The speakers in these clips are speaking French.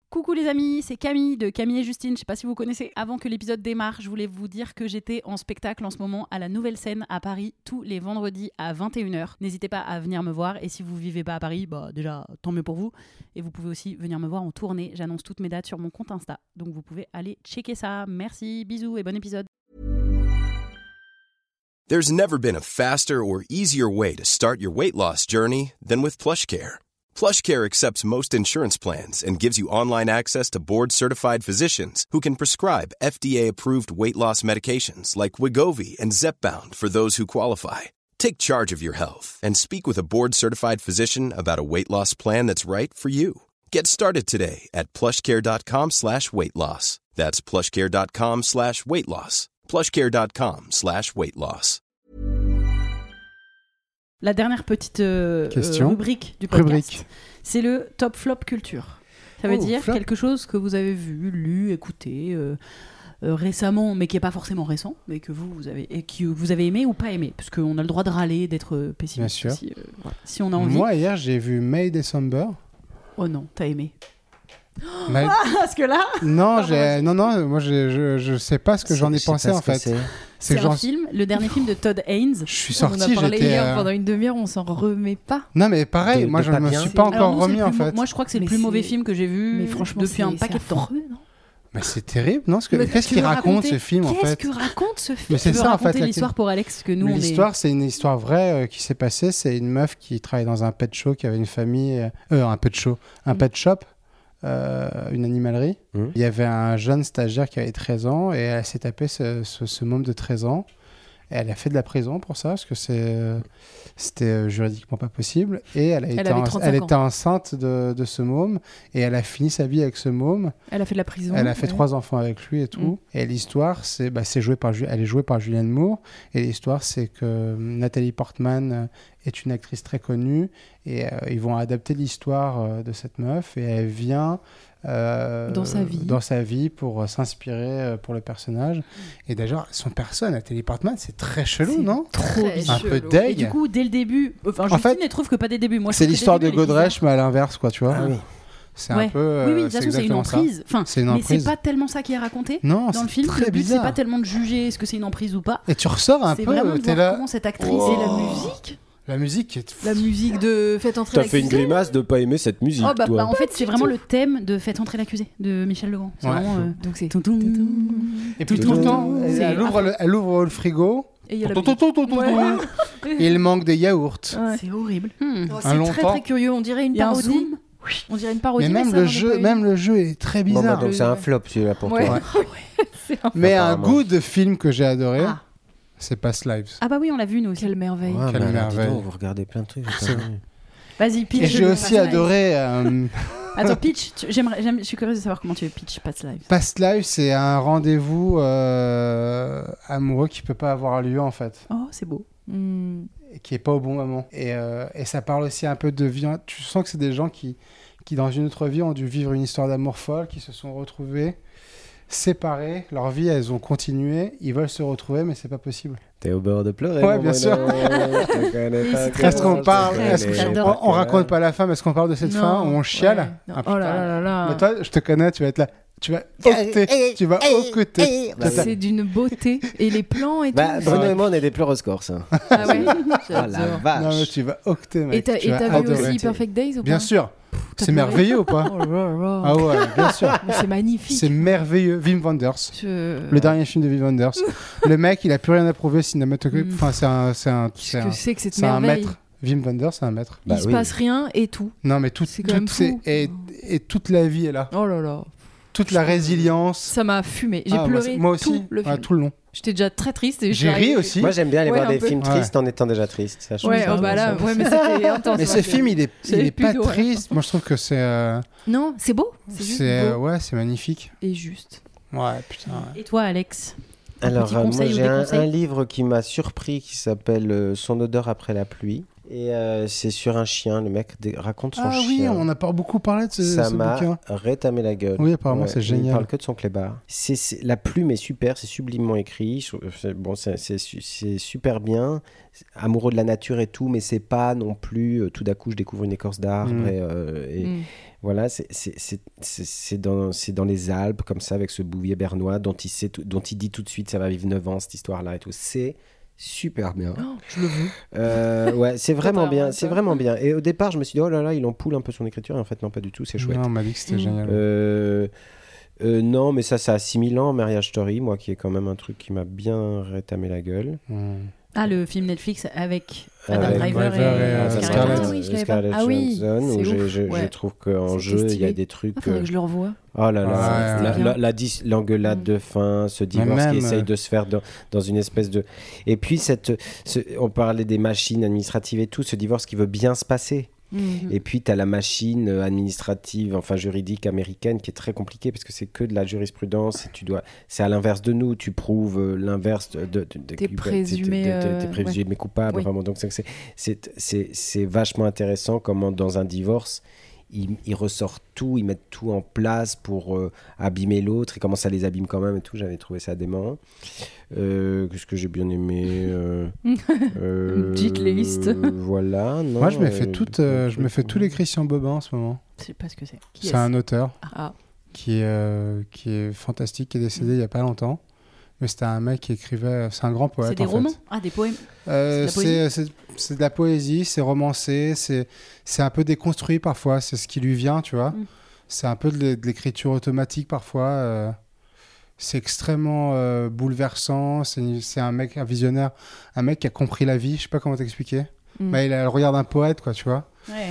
Coucou les amis, c'est Camille de Camille et Justine, je sais pas si vous connaissez. Avant que l'épisode démarre, je voulais vous dire que j'étais en spectacle en ce moment à la Nouvelle Scène à Paris tous les vendredis à 21h. N'hésitez pas à venir me voir et si vous vivez pas à Paris, bah déjà tant mieux pour vous. Et vous pouvez aussi venir me voir en tournée, j'annonce toutes mes dates sur mon compte Insta. Donc vous pouvez aller checker ça. Merci, bisous et bon épisode. There's never been a faster or easier way to start your weight loss journey than with PlushCare. PlushCare accepts most insurance plans and gives you online access to board-certified physicians who can prescribe FDA-approved weight loss medications like Wegovy and Zepbound for those who qualify. Take charge of your health and speak with a board-certified physician about a weight loss plan that's right for you. Get started today at plushcare.com/weight loss. That's plushcare.com/weight loss. plushcare.com/weight loss. La dernière petite rubrique du podcast, c'est le top flop culture. Ça veut dire flop. Quelque chose que vous avez vu, lu, écouté récemment, mais qui n'est pas forcément récent, mais que vous avez aimé ou pas aimé, parce qu'on a le droit de râler, d'être pessimiste. Bien sûr. Si on a envie. Moi, hier, j'ai vu May December. Oh non, t'as aimé. Parce que là non, moi je sais pas ce que j'en ai pensé en fait. C'est un film, le dernier film de Todd Haynes. Je suis sorti, on a parlé hier pendant une demi-heure, on s'en remet pas. Non mais pareil, moi je me suis pas encore remis en fait. Moi je crois que c'est le plus mauvais film que j'ai vu depuis un paquet de temps. Mais c'est terrible, non? Qu'est-ce qu'il raconte ce film en fait? Qu'est-ce que raconte ce film? Mais c'est ça en fait. L'histoire pour Alex que nous l'histoire, c'est une histoire vraie qui s'est passée. C'est une meuf qui travaille dans un pet show, qui avait une famille, un pet shop. Une animalerie. Il y avait un jeune stagiaire qui avait 13 ans et elle s'est tapé ce môme de 13 ans. Et elle a fait de la prison pour ça parce que c'était juridiquement pas possible. Et elle était enceinte de ce môme et elle a fini sa vie avec ce môme. Elle a fait de la prison. Elle a fait 3 enfants avec lui et tout. Et l'histoire, elle est jouée par Julianne Moore. Et l'histoire, c'est que Nathalie Portman est une actrice très connue et ils vont adapter l'histoire de cette meuf et elle vient dans sa vie pour s'inspirer pour le personnage. Et d'ailleurs, son personnage, Nathalie Portman, c'est très chelou, non? Trop un peu deg. Et du coup, dès le début, en fait, elle trouve que pas dès le début. Moi, c'est l'histoire de Godrèche, mais à l'inverse, quoi, tu vois. Ah oui. C'est un peu. Oui, de toute façon, c'est une emprise. Mais c'est pas tellement ça qui est raconté dans le film. Très le but, bizarre. c'est pas tellement de juger est-ce que c'est une emprise ou pas. Et tu ressors un peu. C'est vraiment de voir comment cette actrice et la musique. La musique est... La musique de Faites entrer l'accusé. T'as fait une grimace de pas aimer cette musique, toi. En fait, c'est vraiment le thème de Faites entrer l'accusé de Michel Legrand. C'est vraiment... Donc c'est... Et puis tout le temps, elle ouvre le frigo. Et il y a il manque des yaourts. C'est horrible. C'est très très curieux. On dirait une parodie. On dirait une parodie. Mais même le jeu est très bizarre. Donc c'est un flop celui-là pour toi. Mais un goût de film que j'ai adoré. C'est Past Lives. Ah bah oui, on l'a vu nous aussi. Quelle merveille. Ouais, Quelle merveille. Vous regardez plein de trucs. Vas-y, pitch. Et j'ai aussi adoré... Attends, pitch. Je suis curieuse de savoir comment tu pitch Past Lives. Past Lives, c'est un rendez-vous amoureux qui peut pas avoir lieu en fait. Oh, c'est beau. Et qui est pas au bon moment. Et ça parle aussi un peu de vie. Tu sens que c'est des gens qui dans une autre vie ont dû vivre une histoire d'amour folle, qui se sont retrouvés séparés, leur vie, elles ont continué, ils veulent se retrouver, mais c'est pas possible. T'es au bord de pleurer. Ouais, bien sûr. Est-ce qu'on parle, on raconte pas la fin, est-ce qu'on parle de cette fin où on chiale? Oh là là. Mais toi, je te connais, tu vas être là. Tu vas octer. C'est d'une beauté. Et les plans et tout. Bruno et moi, on est des pleureuses corses. Ah ouais. La vache. Non, mais tu vas octer, mec. Et t'as vu aussi Perfect Days ou pas? Bien sûr. C'est merveilleux ou pas? Ah ouais, bien sûr. C'est magnifique. C'est merveilleux. Wim Wenders. Le dernier film de Wim Wenders. Le mec, il a plus rien à prouver cinématographique. Enfin, c'est un maître. Wim Wenders, c'est un maître. Il se passe rien et tout. Non, mais et toute la vie est là. Oh là là. Toute la résilience. Ça m'a fumé. J'ai pleuré moi aussi, tout le film. Tout le long. J'étais déjà très triste. Et j'ai ri aussi. Moi, j'aime bien aller voir des films tristes en étant déjà triste. Ça mais c'était intense. Mais ce film, il est pas triste. Moi, je trouve que c'est... Non, c'est beau. C'est juste beau. Ouais, c'est magnifique. Et juste. Ouais, putain. Et toi, Alex? Alors, moi, j'ai un livre qui m'a surpris qui s'appelle Son odeur après la pluie. Et c'est sur un chien. Le mec raconte son chien. Ah oui, on n'a pas beaucoup parlé de ce Ça bouquin. m'a rétamé la gueule. Oui, apparemment, c'est génial. Il parle que de son clébard. La plume est super, c'est sublimement écrit. C'est super bien. Amoureux de la nature et tout, mais c'est pas non plus tout d'un coup je découvre une écorce d'arbre voilà, c'est dans les Alpes comme ça avec ce bouvier bernois dont il dit tout de suite ça va vivre 9 ans cette histoire-là et tout. C'est super bien. Je le veux. Ouais, c'est vraiment bien, c'est vraiment bien. Et au départ, je me suis dit oh là là, il empoule un peu son écriture et en fait non, pas du tout, c'est chouette. Non, on m'a dit que c'était génial. Non, mais ça a 6000 ans, Marriage Story, moi qui est quand même un truc qui m'a bien rétamé la gueule. Ah, le film Netflix avec Adam Driver et Scarlett Johansson, où je trouve qu'en jeu, il y a des trucs... Il faudrait que je le revoie. Oh là là, l'engueulade de fin, ce divorce qui essaye de se faire dans une espèce de... Et puis, on parlait des machines administratives et tout, ce divorce qui veut bien se passer. Et puis tu as la machine administrative, enfin juridique américaine qui est très compliquée parce que c'est que de la jurisprudence et c'est à l'inverse de nous, tu prouves l'inverse de t'es présumé coupable. Enfin, bon, donc c'est vachement intéressant comment dans un divorce ils ressortent tout, ils mettent tout en place pour abîmer l'autre et comment ça les abîme quand même et tout. J'avais trouvé ça dément. Qu'est-ce que j'ai bien aimé Une petite liste. Voilà. Non, moi, je me fais tous les Christian Bobin en ce moment. Je sais pas ce que c'est. C'est un auteur qui est fantastique, qui est décédé il y a pas longtemps. Mais c'était un mec qui écrivait... C'est un grand poète, c'est des romans fait. Ah, des poèmes. C'est de la poésie, c'est romancé, c'est un peu déconstruit parfois, c'est ce qui lui vient, tu vois. C'est un peu de l'écriture automatique parfois. C'est extrêmement bouleversant. C'est un visionnaire, un mec qui a compris la vie, je sais pas comment t'expliquer. Bah, il a le regard d'un poète, quoi, tu vois. Ouais.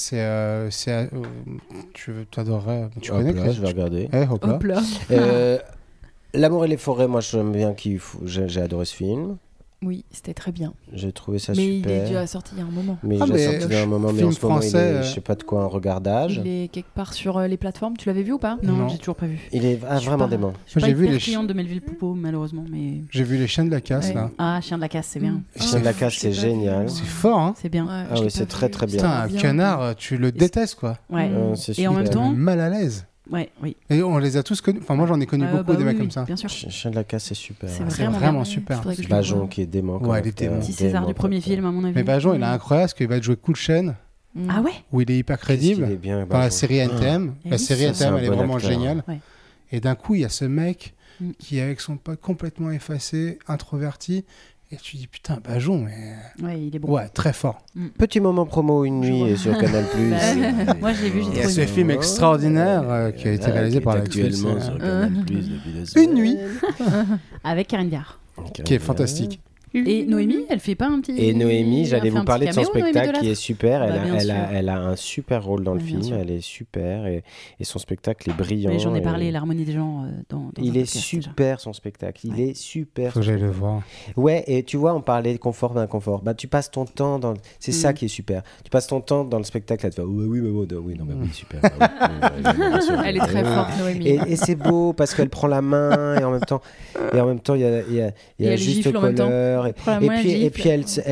Tu t'adorerais... Tu connais là, je vais regarder. Hop là. L'amour et les forêts, moi j'aime bien j'ai adoré ce film. Oui, c'était très bien. J'ai trouvé ça mais super. Mais il est déjà sorti il y a un moment. Mais en ce moment, il est, je sais pas de quoi, un regardage. Il est quelque part sur les plateformes. Tu l'avais vu ou pas ? Non, j'ai toujours pas vu. Il est vraiment dément. Je suis pas hyper cliente de Melville Poupeau, malheureusement. Mais... J'ai vu Les Chiens de la Casse, là. Ah, Chien de la Casse, c'est bien. Chien de la Casse, c'est génial. C'est fort, hein. C'est bien. Ah oui, c'est très très bien. Putain, un canard, tu le détestes, quoi. Ouais. Et en même temps... mal à l'aise. Ouais, oui. Et on les a tous connus. Enfin, moi, j'en ai connu beaucoup des mecs comme ça. Bien sûr. Chien de la Casse, c'est super. C'est vraiment super. Bajon qui est dément. Ouais, il est dément. Petit César du premier film, à mon avis. Mais Bajon, il est incroyable parce qu'il va jouer Cool Chain. Ah ouais. Où il est hyper crédible. Dans la série NTM. La série NTM, elle est vraiment géniale. Et d'un coup, il y a ce mec qui est avec son pote complètement effacé, introverti. Et tu dis, putain, Bajon, mais... Ouais, il est bon. Ouais, très fort. Petit moment promo une nuit sur Canal+. Moi, je l'ai vu, j'ai trouvé. Il y a ce film extraordinaire qui a été réalisé par actuellement sur Canal+. Une nuit. Avec Karine Viard. Qui est fantastique. Et Noémie, elle fait pas un petit... Et Noémie, j'allais vous parler de son spectacle qui est super. Bah, elle a un super rôle dans le film. Elle est super et son spectacle est brillant. Mais j'en ai parlé, l'harmonie des gens dans il est super, son spectacle. Il est super. Faut que j'aille le voir. Ouais, et tu vois, on parlait de confort, d'inconfort. Bah, tu passes ton temps dans... C'est ça qui est super. Tu passes ton temps dans le spectacle à te faire oui, super. Elle est très forte, Noémie. Et c'est beau parce qu'elle prend la main et en même temps, il y a juste couleur. Et puis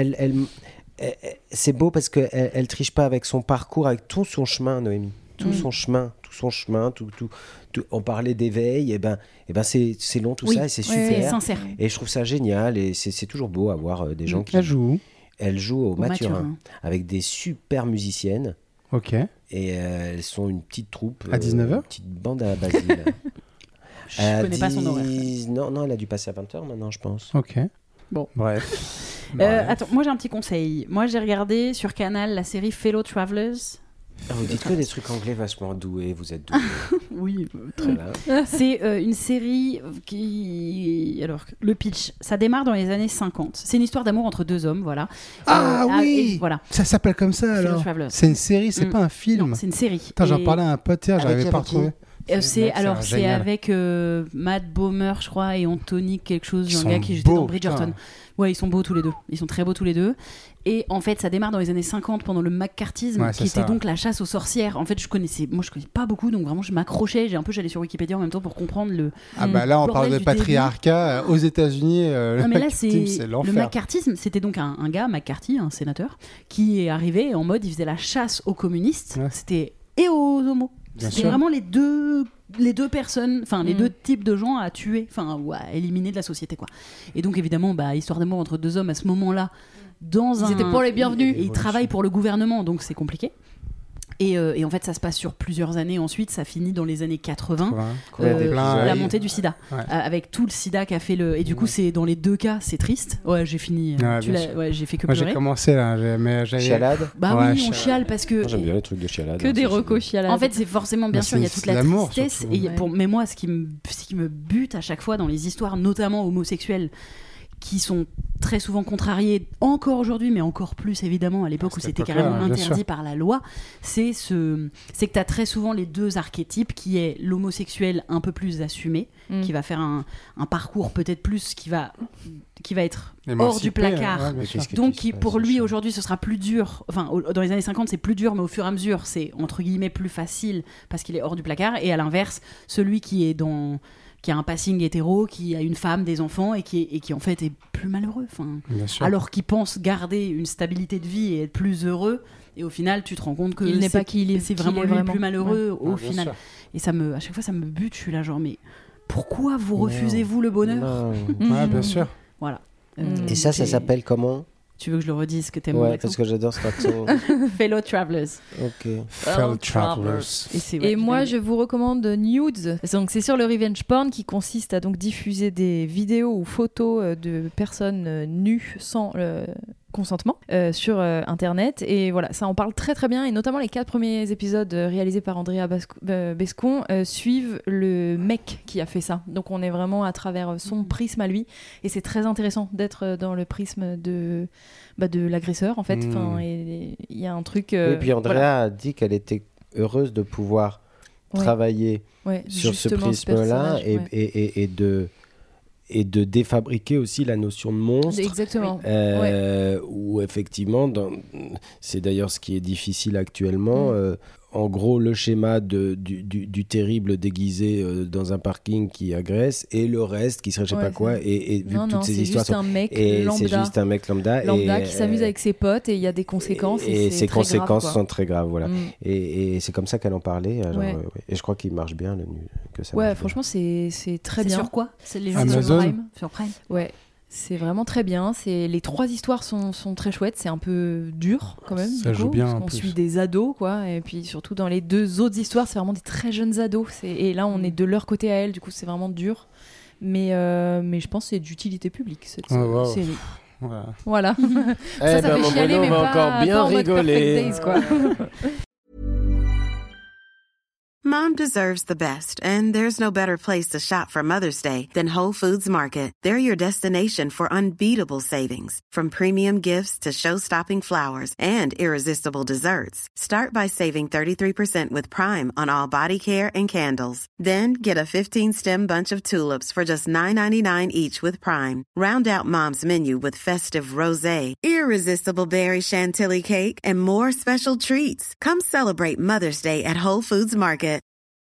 c'est beau parce qu'elle triche pas avec son parcours, avec tout son chemin, Noémie. Tout son chemin. On parlait d'éveil, et ben c'est long tout ça et c'est super. C'est sincère. Et je trouve ça génial et c'est toujours beau à voir des gens qui... Elle joue au Mathurin avec des super musiciennes. Ok. Et elles sont une petite troupe. À 19h une petite bande à Basile. Je connais pas son horaire. Non, elle a dû passer à 20h maintenant, je pense. Ok. Bon. Bref. Attends, moi j'ai un petit conseil. Moi j'ai regardé sur Canal la série Fellow Travelers. Vous dites que des trucs anglais vachement doués, vous êtes doués. Oui, très bien. C'est une série qui... Alors, le pitch, ça démarre dans les années 50. C'est une histoire d'amour entre deux hommes, voilà. Oui, voilà. Ça s'appelle comme ça alors. C'est une série, c'est pas un film. Non, c'est une série. Attends, j'en parlais à un pote hier, j'arrivais pas à retrouver. C'est génial. avec Matt Bomer, je crois, et Anthony quelque chose, Ils un sont gars qui était beaux, dans Bridgerton. putain. Ouais, ils sont beaux tous les deux. Ils sont très beaux tous les deux. Et en fait, ça démarre dans les années 50 pendant le McCarthyisme, Ouais, qui c'est était ça. donc la chasse aux sorcières. En fait, je connais pas beaucoup, donc vraiment, je m'accrochais. J'allais sur Wikipédia en même temps pour comprendre le. Ah bah là, on bordel parle de du patriarcat. Aux États-Unis, Non, mais là, c'est le l'enfer. McCarthyisme, c'était donc un gars, McCarthy, un sénateur, qui est arrivé en mode, il faisait la chasse aux communistes, Ouais. c'était et aux homos. Bien C'était sûr. vraiment les deux personnes, enfin les deux types de gens à tuer, enfin ou à éliminer de la société, quoi. Et donc évidemment, histoire d'amour entre deux hommes à ce moment-là, Ils étaient pas les bienvenus. Et ils travaillent pour le gouvernement, donc c'est compliqué. Et en fait, ça se passe sur plusieurs années. Ensuite, ça finit dans les années 80. La montée du sida, Ouais. avec tout le sida qu'a fait le. Et du coup, c'est dans les deux cas, c'est triste. Ouais, j'ai fini. Ouais, bien sûr. J'ai fait que Moi, pleurer. j'ai commencé là, mais j'avais. Chialade. Bah Ouais, oui, on chiale parce que. Moi, j'aime bien les trucs de chialade. Que des recos chialades. En fait, c'est forcément, bien Mais sûr, il y a c'est toute la l'amour, tristesse. surtout. Mais moi, ce qui me bute à chaque fois dans les histoires, notamment homosexuelles, qui sont très souvent contrariées encore aujourd'hui, mais encore plus évidemment à l'époque où À cette c'était époque-là, carrément bien interdit sûr. par la loi, c'est que tu as très souvent les deux archétypes, qui est l'homosexuel un peu plus assumé, qui va faire un parcours peut-être plus qui va être hors Émancipé, du placard. ouais, bien sûr. Donc pour lui aujourd'hui ce sera plus dur, enfin dans les années 50 c'est plus dur, mais au fur et à mesure c'est entre guillemets plus facile parce qu'il est hors du placard. Et à l'inverse, celui qui a un passing hétéro, qui a une femme, des enfants et qui en fait est plus malheureux, Bien sûr. alors qu'il pense garder une stabilité de vie et être plus heureux, et au final tu te rends compte que Il n'est pas qui il est, c'est qui vraiment il est lui le vraiment. plus malheureux au Ouais, bien final. sûr. Et à chaque fois ça me bute, je suis là genre mais pourquoi vous refusez-vous le bonheur? Ouais, bien sûr. Voilà. Et ça s'appelle comment? Tu veux que je le redise, que t'aimes mon Ouais, accent? parce que j'adore ce accent. Fellow Travelers. Ok. Fellow Travelers. Et moi, je vous recommande Nudes. Donc, c'est sur le revenge porn, qui consiste à donc diffuser des vidéos ou photos de personnes nues sans consentement sur internet. Et voilà, ça en parle très très bien, et notamment les 4 premiers épisodes réalisés par Andrea Bescon suivent le mec qui a fait ça. Donc on est vraiment à travers son prisme à lui, et c'est très intéressant d'être dans le prisme de l'agresseur en fait. Enfin, et il y a un truc Et puis Andrea voilà. a dit qu'elle était heureuse de pouvoir Ouais. travailler sur ce justement, prisme-là, personnage, ouais. et de défabriquer aussi la notion de monstre. Exactement. Où effectivement, c'est d'ailleurs ce qui est difficile actuellement. En gros, le schéma du terrible déguisé dans un parking qui agresse, et le reste qui serait je sais pas quoi, et vu que toutes ces histoires c'est juste un mec et lambda. c'est juste un mec lambda Qui s'amuse avec ses potes, et il y a des conséquences, et c'est ces très conséquences grave, sont très graves, voilà. Mm. Et c'est comme ça qu'elle en parlait, alors, Ouais. et je crois qu'il marche bien, que ça Ouais, marche franchement, c'est très C'est bien. sur quoi? C'est les Amazon. sur Prime. Sur Prime. Ouais, c'est vraiment très bien. Les 3 histoires sont très chouettes. C'est un peu dur quand même. Ça du joue coup, bien, parce en qu'on plus. suit des ados, quoi. Et puis surtout dans les 2 autres histoires, c'est vraiment des très jeunes ados. Et là, on est de leur côté à elles. Du coup, c'est vraiment dur. Mais je pense que c'est d'utilité publique, cette wow. série. Voilà. Voilà. Eh ça ben, fait mon chialer, Bruno mais va pas, encore bien pas en mode rigoler. Perfect Days, quoi. Mom deserves the best, and there's no better place to shop for Mother's Day than Whole Foods Market. They're your destination for unbeatable savings, from premium gifts to show-stopping flowers and irresistible desserts. Start by saving 33% with Prime on all body care and candles. Then get a 15-stem bunch of tulips for just $9.99 each with Prime. Round out Mom's menu with festive rosé, irresistible berry chantilly cake, and more special treats. Come celebrate Mother's Day at Whole Foods Market.